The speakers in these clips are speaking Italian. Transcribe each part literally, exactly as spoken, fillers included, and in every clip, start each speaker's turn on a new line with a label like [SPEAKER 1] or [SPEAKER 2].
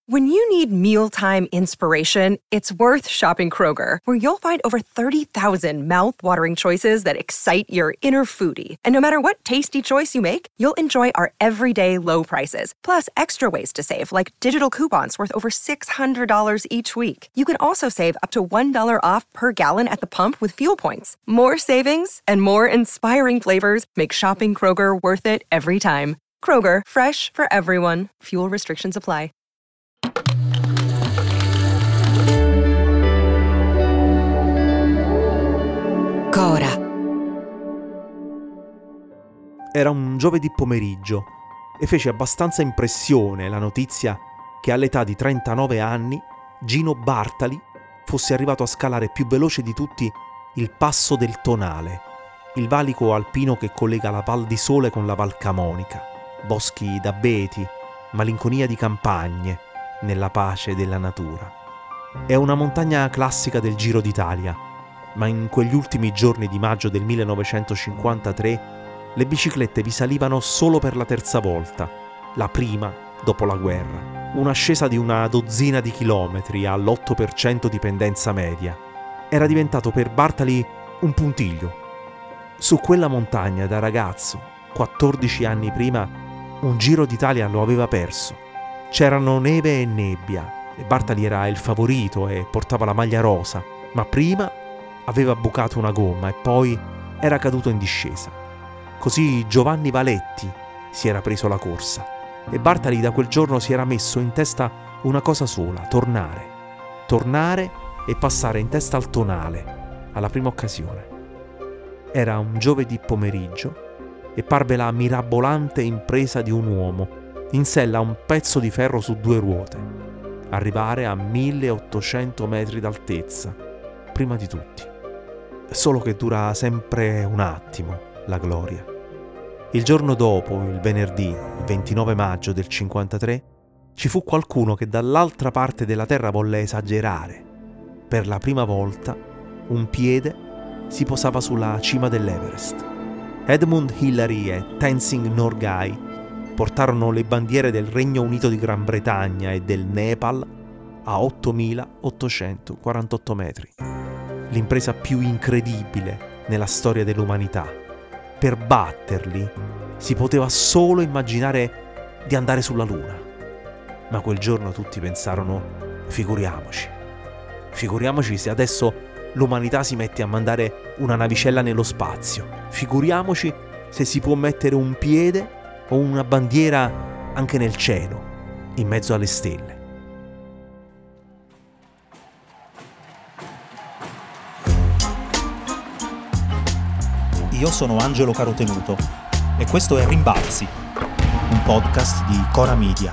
[SPEAKER 1] When you need mealtime inspiration, it's worth shopping Kroger, where you'll find over thirty thousand mouth-watering choices that excite your inner foodie. And no matter what tasty choice you make, you'll enjoy our everyday low prices, plus extra ways to save, like digital coupons worth over six hundred dollars each week. You can also save up to one dollar off per gallon at the pump with fuel points. More savings and more inspiring flavors make shopping Kroger worth it every time. Kroger, fresh for everyone. Fuel restrictions apply.
[SPEAKER 2] Cora.
[SPEAKER 3] Era un giovedì pomeriggio e fece abbastanza impressione la notizia che all'età di trentanove anni Gino Bartali fosse arrivato a scalare più veloce di tutti il Passo del Tonale, il valico alpino che collega la Val di Sole con la Val Camonica, boschi d'abeti, malinconia di campagne, nella pace della natura. È una montagna classica del Giro d'Italia, ma in quegli ultimi giorni di maggio del millenovecentocinquantatré le biciclette vi salivano solo per la terza volta, la prima dopo la guerra. Un'ascesa di una dozzina di chilometri all'otto per cento di pendenza media. Era diventato per Bartali un puntiglio. Su quella montagna da ragazzo, quattordici anni prima, un Giro d'Italia lo aveva perso. C'erano neve e nebbia e Bartali era il favorito e portava la maglia rosa, ma prima aveva bucato una gomma e poi era caduto in discesa. Così Giovanni Valetti si era preso la corsa e Bartali da quel giorno si era messo in testa una cosa sola: tornare. Tornare e passare in testa al Tonale, alla prima occasione. Era un giovedì pomeriggio e parve la mirabolante impresa di un uomo in sella a un pezzo di ferro su due ruote, arrivare a milleottocento metri d'altezza, prima di tutti. Solo che dura sempre un attimo, la gloria. Il giorno dopo, il venerdì, il ventinove maggio del cinquantatré, ci fu qualcuno che dall'altra parte della terra volle esagerare. Per la prima volta, un piede si posava sulla cima dell'Everest. Edmund Hillary e Tenzing Norgay portarono le bandiere del Regno Unito di Gran Bretagna e del Nepal a ottomilaottocentoquarantotto metri. L'impresa più incredibile nella storia dell'umanità. Per batterli si poteva solo immaginare di andare sulla Luna. Ma quel giorno tutti pensarono: figuriamoci. Figuriamoci se adesso l'umanità si mette a mandare una navicella nello spazio. Figuriamoci se si può mettere un piede o una bandiera anche nel cielo, in mezzo alle stelle.
[SPEAKER 4] Io sono Angelo Carotenuto e questo è Rimbalzi, un podcast di Cora Media.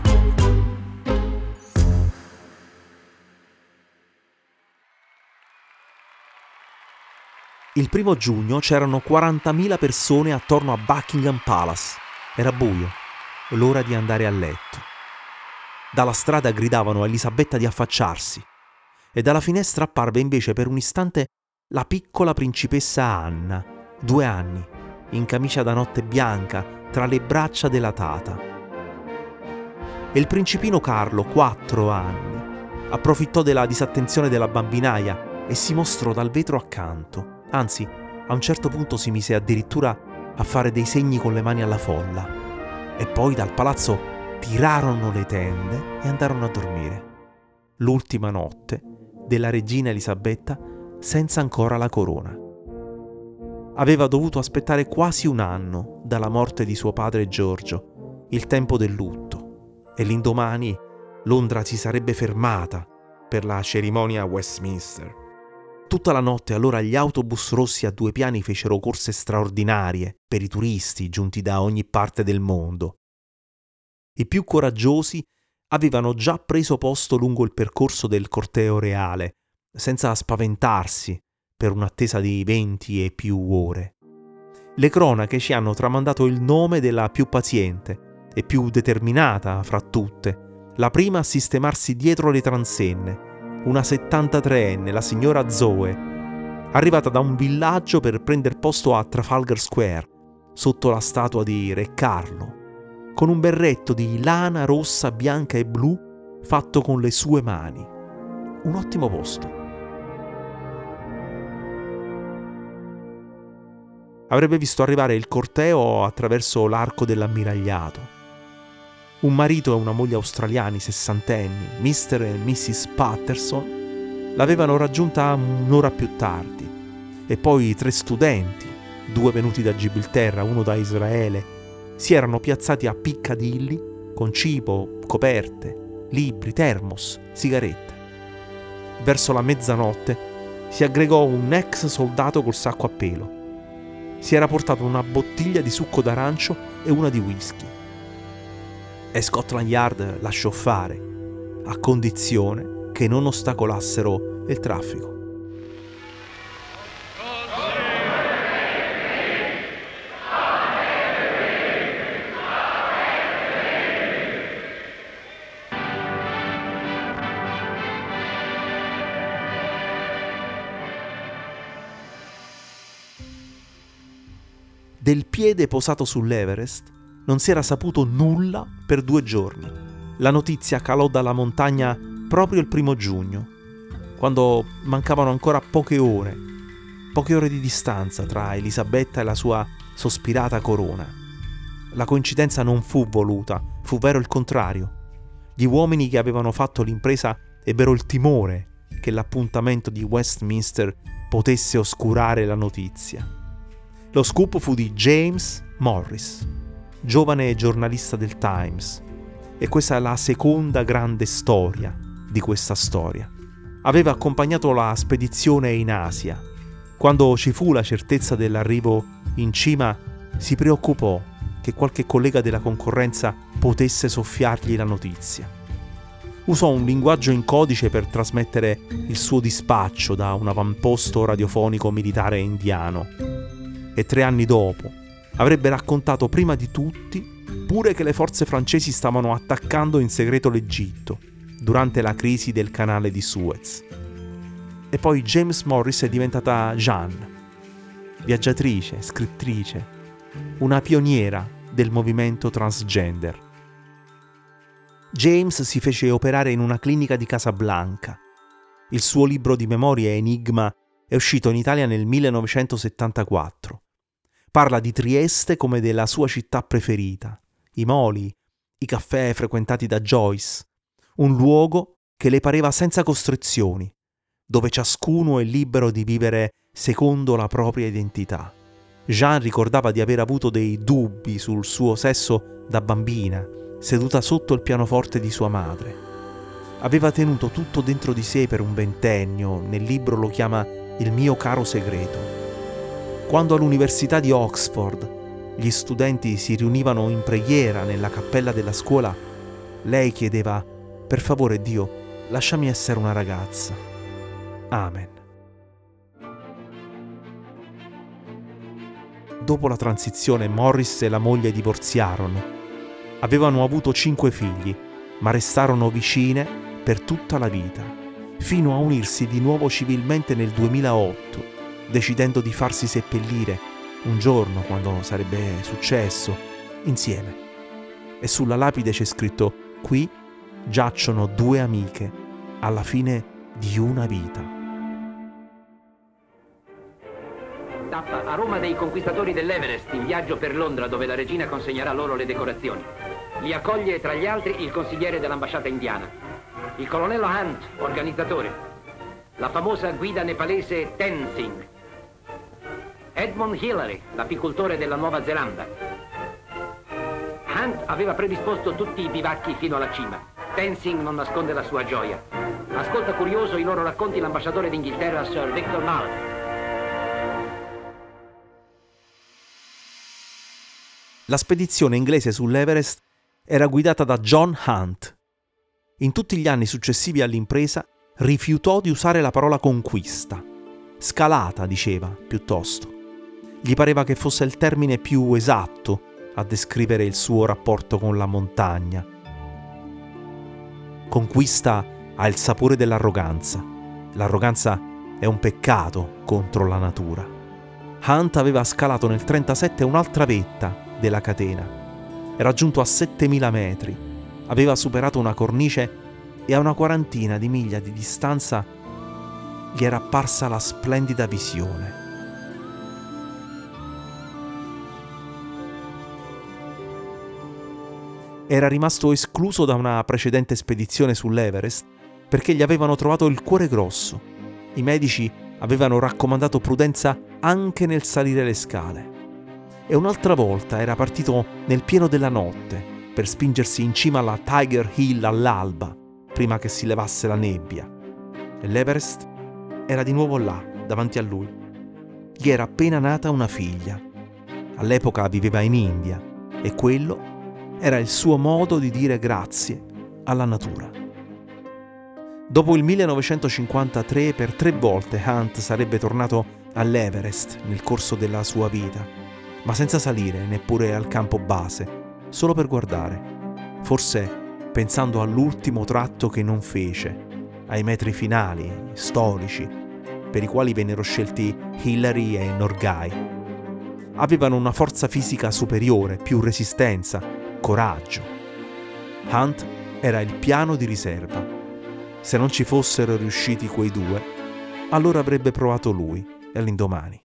[SPEAKER 3] Il primo giugno c'erano quarantamila persone attorno a Buckingham Palace. Era buio, l'ora di andare a letto. Dalla strada gridavano a Elisabetta di affacciarsi e dalla finestra apparve invece per un istante la piccola principessa Anna, due anni, in camicia da notte bianca, tra le braccia della tata. E il principino Carlo, quattro anni, approfittò della disattenzione della bambinaia e si mostrò dal vetro accanto. Anzi, a un certo punto si mise addirittura a fare dei segni con le mani alla folla. E poi dal palazzo tirarono le tende e andarono a dormire. L'ultima notte della regina Elisabetta senza ancora la corona. Aveva dovuto aspettare quasi un anno dalla morte di suo padre Giorgio, il tempo del lutto, e l'indomani Londra si sarebbe fermata per la cerimonia a Westminster. Tutta la notte allora gli autobus rossi a due piani fecero corse straordinarie per i turisti giunti da ogni parte del mondo. I più coraggiosi avevano già preso posto lungo il percorso del corteo reale, senza spaventarsi per un'attesa di venti e più ore. Le cronache ci hanno tramandato il nome della più paziente e più determinata fra tutte, la prima a sistemarsi dietro le transenne, una settantatreenne, la signora Zoe, arrivata da un villaggio per prender posto a Trafalgar Square, sotto la statua di Re Carlo, con un berretto di lana rossa, bianca e blu fatto con le sue mani. Un ottimo posto. Avrebbe visto arrivare il corteo attraverso l'arco dell'ammiragliato. Un marito e una moglie australiani sessantenni, mister e missus Patterson, l'avevano raggiunta un'ora più tardi, e poi tre studenti, due venuti da Gibilterra, uno da Israele, si erano piazzati a Piccadilly con cibo, coperte, libri, termos, sigarette. Verso la mezzanotte si aggregò un ex soldato col sacco a pelo. Si era portato una bottiglia di succo d'arancio e una di whisky. E Scotland Yard lasciò fare, a condizione che non ostacolassero il traffico. Del piede posato sull'Everest non si era saputo nulla per due giorni. La notizia calò dalla montagna proprio il primo giugno, quando mancavano ancora poche ore, poche ore di distanza tra Elisabetta e la sua sospirata corona. La coincidenza non fu voluta, fu vero il contrario. Gli uomini che avevano fatto l'impresa ebbero il timore che l'appuntamento di Westminster potesse oscurare la notizia. Lo scoop fu di James Morris, giovane giornalista del Times, e questa è la seconda grande storia di questa storia. Aveva accompagnato la spedizione in Asia. Quando ci fu la certezza dell'arrivo in cima, si preoccupò che qualche collega della concorrenza potesse soffiargli la notizia. Usò un linguaggio in codice per trasmettere il suo dispaccio da un avamposto radiofonico militare indiano. E tre anni dopo avrebbe raccontato prima di tutti pure che le forze francesi stavano attaccando in segreto l'Egitto durante la crisi del canale di Suez. E poi James Morris è diventata Jeanne, viaggiatrice, scrittrice, una pioniera del movimento transgender. James si fece operare in una clinica di Casablanca. Il suo libro di memorie Enigma è uscito in Italia nel millenovecentosettantaquattro. Parla di Trieste come della sua città preferita, i moli, i caffè frequentati da Joyce, un luogo che le pareva senza costrizioni, dove ciascuno è libero di vivere secondo la propria identità. Jeanne ricordava di aver avuto dei dubbi sul suo sesso da bambina, seduta sotto il pianoforte di sua madre. Aveva tenuto tutto dentro di sé per un ventennio, nel libro lo chiama il mio caro segreto. Quando all'Università di Oxford gli studenti si riunivano in preghiera nella cappella della scuola, lei chiedeva: per favore Dio, lasciami essere una ragazza. Amen. Dopo la transizione, Morris e la moglie divorziarono. Avevano avuto cinque figli, ma restarono vicine per tutta la vita, fino a unirsi di nuovo civilmente nel duemilaotto, decidendo di farsi seppellire un giorno, quando sarebbe successo, insieme. E sulla lapide c'è scritto: qui giacciono due amiche alla fine di una vita.
[SPEAKER 2] Tappa a Roma dei conquistatori dell'Everest, in viaggio per Londra, dove la regina consegnerà loro le decorazioni. Li accoglie tra gli altri il consigliere dell'ambasciata indiana, il colonnello Hunt, organizzatore, la famosa guida nepalese Tenzing, Edmund Hillary, l'apicoltore della Nuova Zelanda. Hunt aveva predisposto tutti i bivacchi fino alla cima. Tenzing non nasconde la sua gioia. Ascolta curioso i loro racconti l'ambasciatore d'Inghilterra, Sir Victor Mallet.
[SPEAKER 3] La spedizione inglese sull'Everest era guidata da John Hunt. In tutti gli anni successivi all'impresa rifiutò di usare la parola conquista. Scalata, diceva, piuttosto. Gli pareva che fosse il termine più esatto a descrivere il suo rapporto con la montagna. Conquista ha il sapore dell'arroganza. L'arroganza è un peccato contro la natura. Hunt aveva scalato nel trentasette un'altra vetta della catena. Era giunto a settemila metri. Aveva superato una cornice e a una quarantina di miglia di distanza gli era apparsa la splendida visione. Era rimasto escluso da una precedente spedizione sull'Everest perché gli avevano trovato il cuore grosso. I medici avevano raccomandato prudenza anche nel salire le scale. E un'altra volta era partito nel pieno della notte per spingersi in cima alla Tiger Hill all'alba, prima che si levasse la nebbia. E l'Everest era di nuovo là, davanti a lui. Gli era appena nata una figlia. All'epoca viveva in India e quello era il suo modo di dire grazie alla natura. Dopo il millenovecentocinquantatré, per tre volte Hunt sarebbe tornato all'Everest nel corso della sua vita, ma senza salire neppure al campo base, solo per guardare, forse pensando all'ultimo tratto che non fece, ai metri finali, storici, per i quali vennero scelti Hillary e Norgay. Avevano una forza fisica superiore, più resistenza, coraggio. Hunt era il piano di riserva. Se non ci fossero riusciti quei due, allora avrebbe provato lui e all'indomani.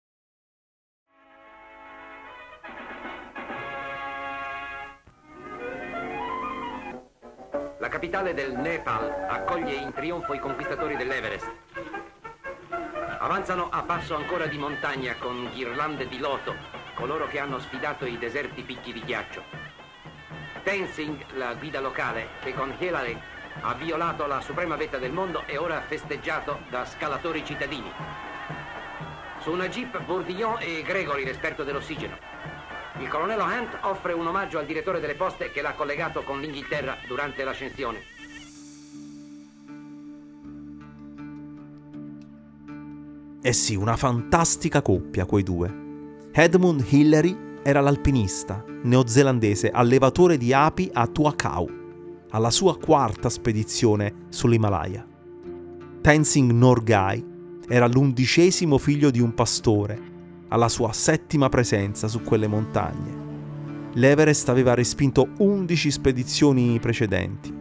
[SPEAKER 2] La capitale del Nepal accoglie in trionfo i conquistatori dell'Everest. Avanzano a passo ancora di montagna con ghirlande di loto, coloro che hanno sfidato i deserti picchi di ghiaccio. Tenzing, la guida locale, che con Hillary ha violato la suprema vetta del mondo, è ora festeggiato da scalatori cittadini. Su una jeep Bourdillon e Gregory, l'esperto dell'ossigeno. Il colonnello Hunt offre un omaggio al direttore delle poste che l'ha collegato con l'Inghilterra durante l'ascensione.
[SPEAKER 3] Eh sì, una fantastica coppia quei due. Edmund Hillary era l'alpinista neozelandese allevatore di api a Tuakau, alla sua quarta spedizione sull'Himalaya. Tenzing Norgay era l'undicesimo figlio di un pastore, alla sua settima presenza su quelle montagne. L'Everest aveva respinto undici spedizioni precedenti.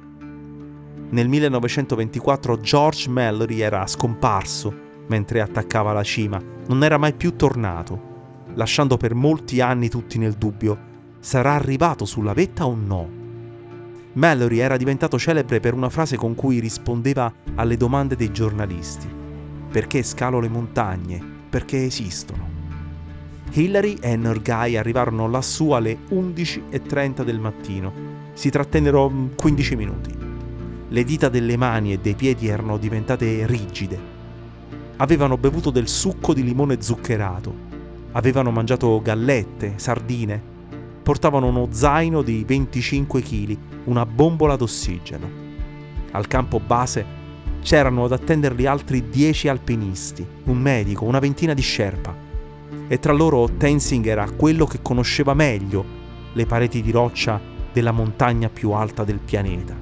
[SPEAKER 3] Nel millenovecentoventiquattro George Mallory era scomparso mentre attaccava la cima, non era mai più tornato, lasciando per molti anni tutti nel dubbio: sarà arrivato sulla vetta o no? Mallory era diventato celebre per una frase con cui rispondeva alle domande dei giornalisti: perché scalo le montagne? Perché esistono. Hillary e Norgay arrivarono lassù alle undici e trenta del mattino. Si trattennero quindici minuti. Le dita delle mani e dei piedi erano diventate rigide. Avevano bevuto del succo di limone zuccherato. Avevano mangiato gallette, sardine, portavano uno zaino di venticinque chili, una bombola d'ossigeno. Al campo base c'erano ad attenderli altri dieci alpinisti, un medico, una ventina di sherpa. E tra loro Tenzing era quello che conosceva meglio le pareti di roccia della montagna più alta del pianeta.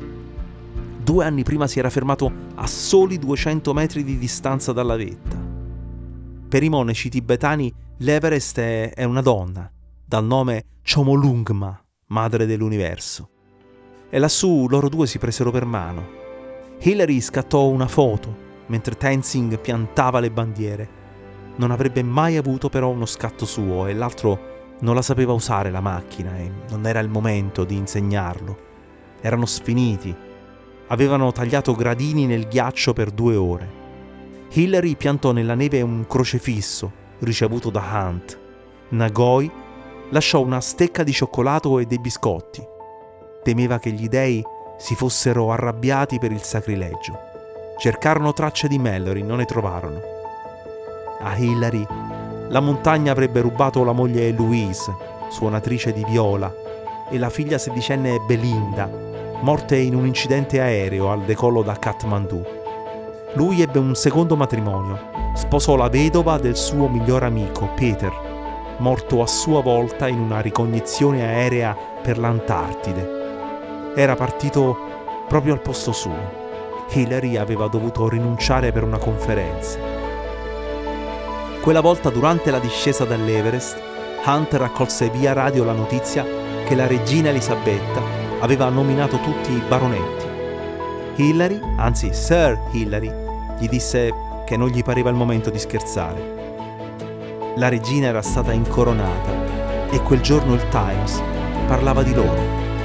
[SPEAKER 3] Due anni prima si era fermato a soli duecento metri di distanza dalla vetta. Per i monaci tibetani l'Everest è, è una donna, dal nome Chomolungma, madre dell'universo. E lassù loro due si presero per mano. Hillary scattò una foto mentre Tenzing piantava le bandiere. Non avrebbe mai avuto però uno scatto suo e l'altro non la sapeva usare la macchina e non era il momento di insegnarlo. Erano sfiniti. Avevano tagliato gradini nel ghiaccio per due ore. Hillary piantò nella neve un crocefisso ricevuto da Hunt. Norgay lasciò una stecca di cioccolato e dei biscotti. Temeva che gli dei si fossero arrabbiati per il sacrilegio. Cercarono tracce di Mallory, non ne trovarono. A Hillary la montagna avrebbe rubato la moglie Louise, suonatrice di viola, e la figlia sedicenne Belinda, morte in un incidente aereo al decollo da Kathmandu. Lui ebbe un secondo matrimonio, sposò la vedova del suo miglior amico, Peter, morto a sua volta in una ricognizione aerea per l'Antartide. Era partito proprio al posto suo. Hillary aveva dovuto rinunciare per una conferenza. Quella volta, durante la discesa dall'Everest, Hunt raccolse via radio la notizia che la regina Elisabetta aveva nominato tutti i baronetti. Hillary, anzi Sir Hillary, gli disse che non gli pareva il momento di scherzare. La regina era stata incoronata e quel giorno il Times parlava di loro.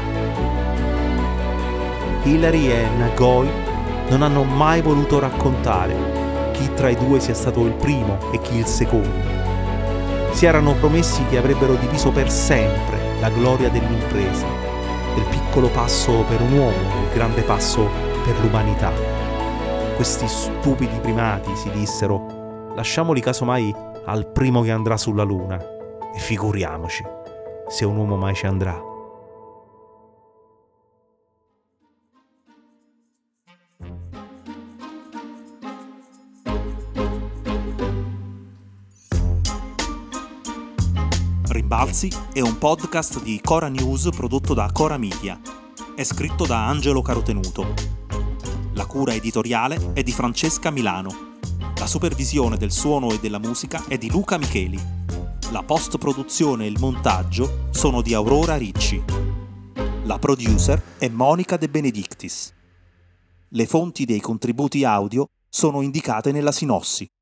[SPEAKER 3] Hillary e Nagoi non hanno mai voluto raccontare chi tra i due sia stato il primo e chi il secondo. Si erano promessi che avrebbero diviso per sempre la gloria dell'impresa, del piccolo passo per un uomo, il grande passo per l'umanità. Questi stupidi primati, si dissero, lasciamoli casomai al primo che andrà sulla Luna, e figuriamoci se un uomo mai ci andrà.
[SPEAKER 4] Rimbalzi è un podcast di Cora News prodotto da Cora Media. È scritto da Angelo Carotenuto. La cura editoriale è di Francesca Milano. La supervisione del suono e della musica è di Luca Micheli. La post-produzione e il montaggio sono di Aurora Ricci. La producer è Monica De Benedictis. Le fonti dei contributi audio sono indicate nella sinossi.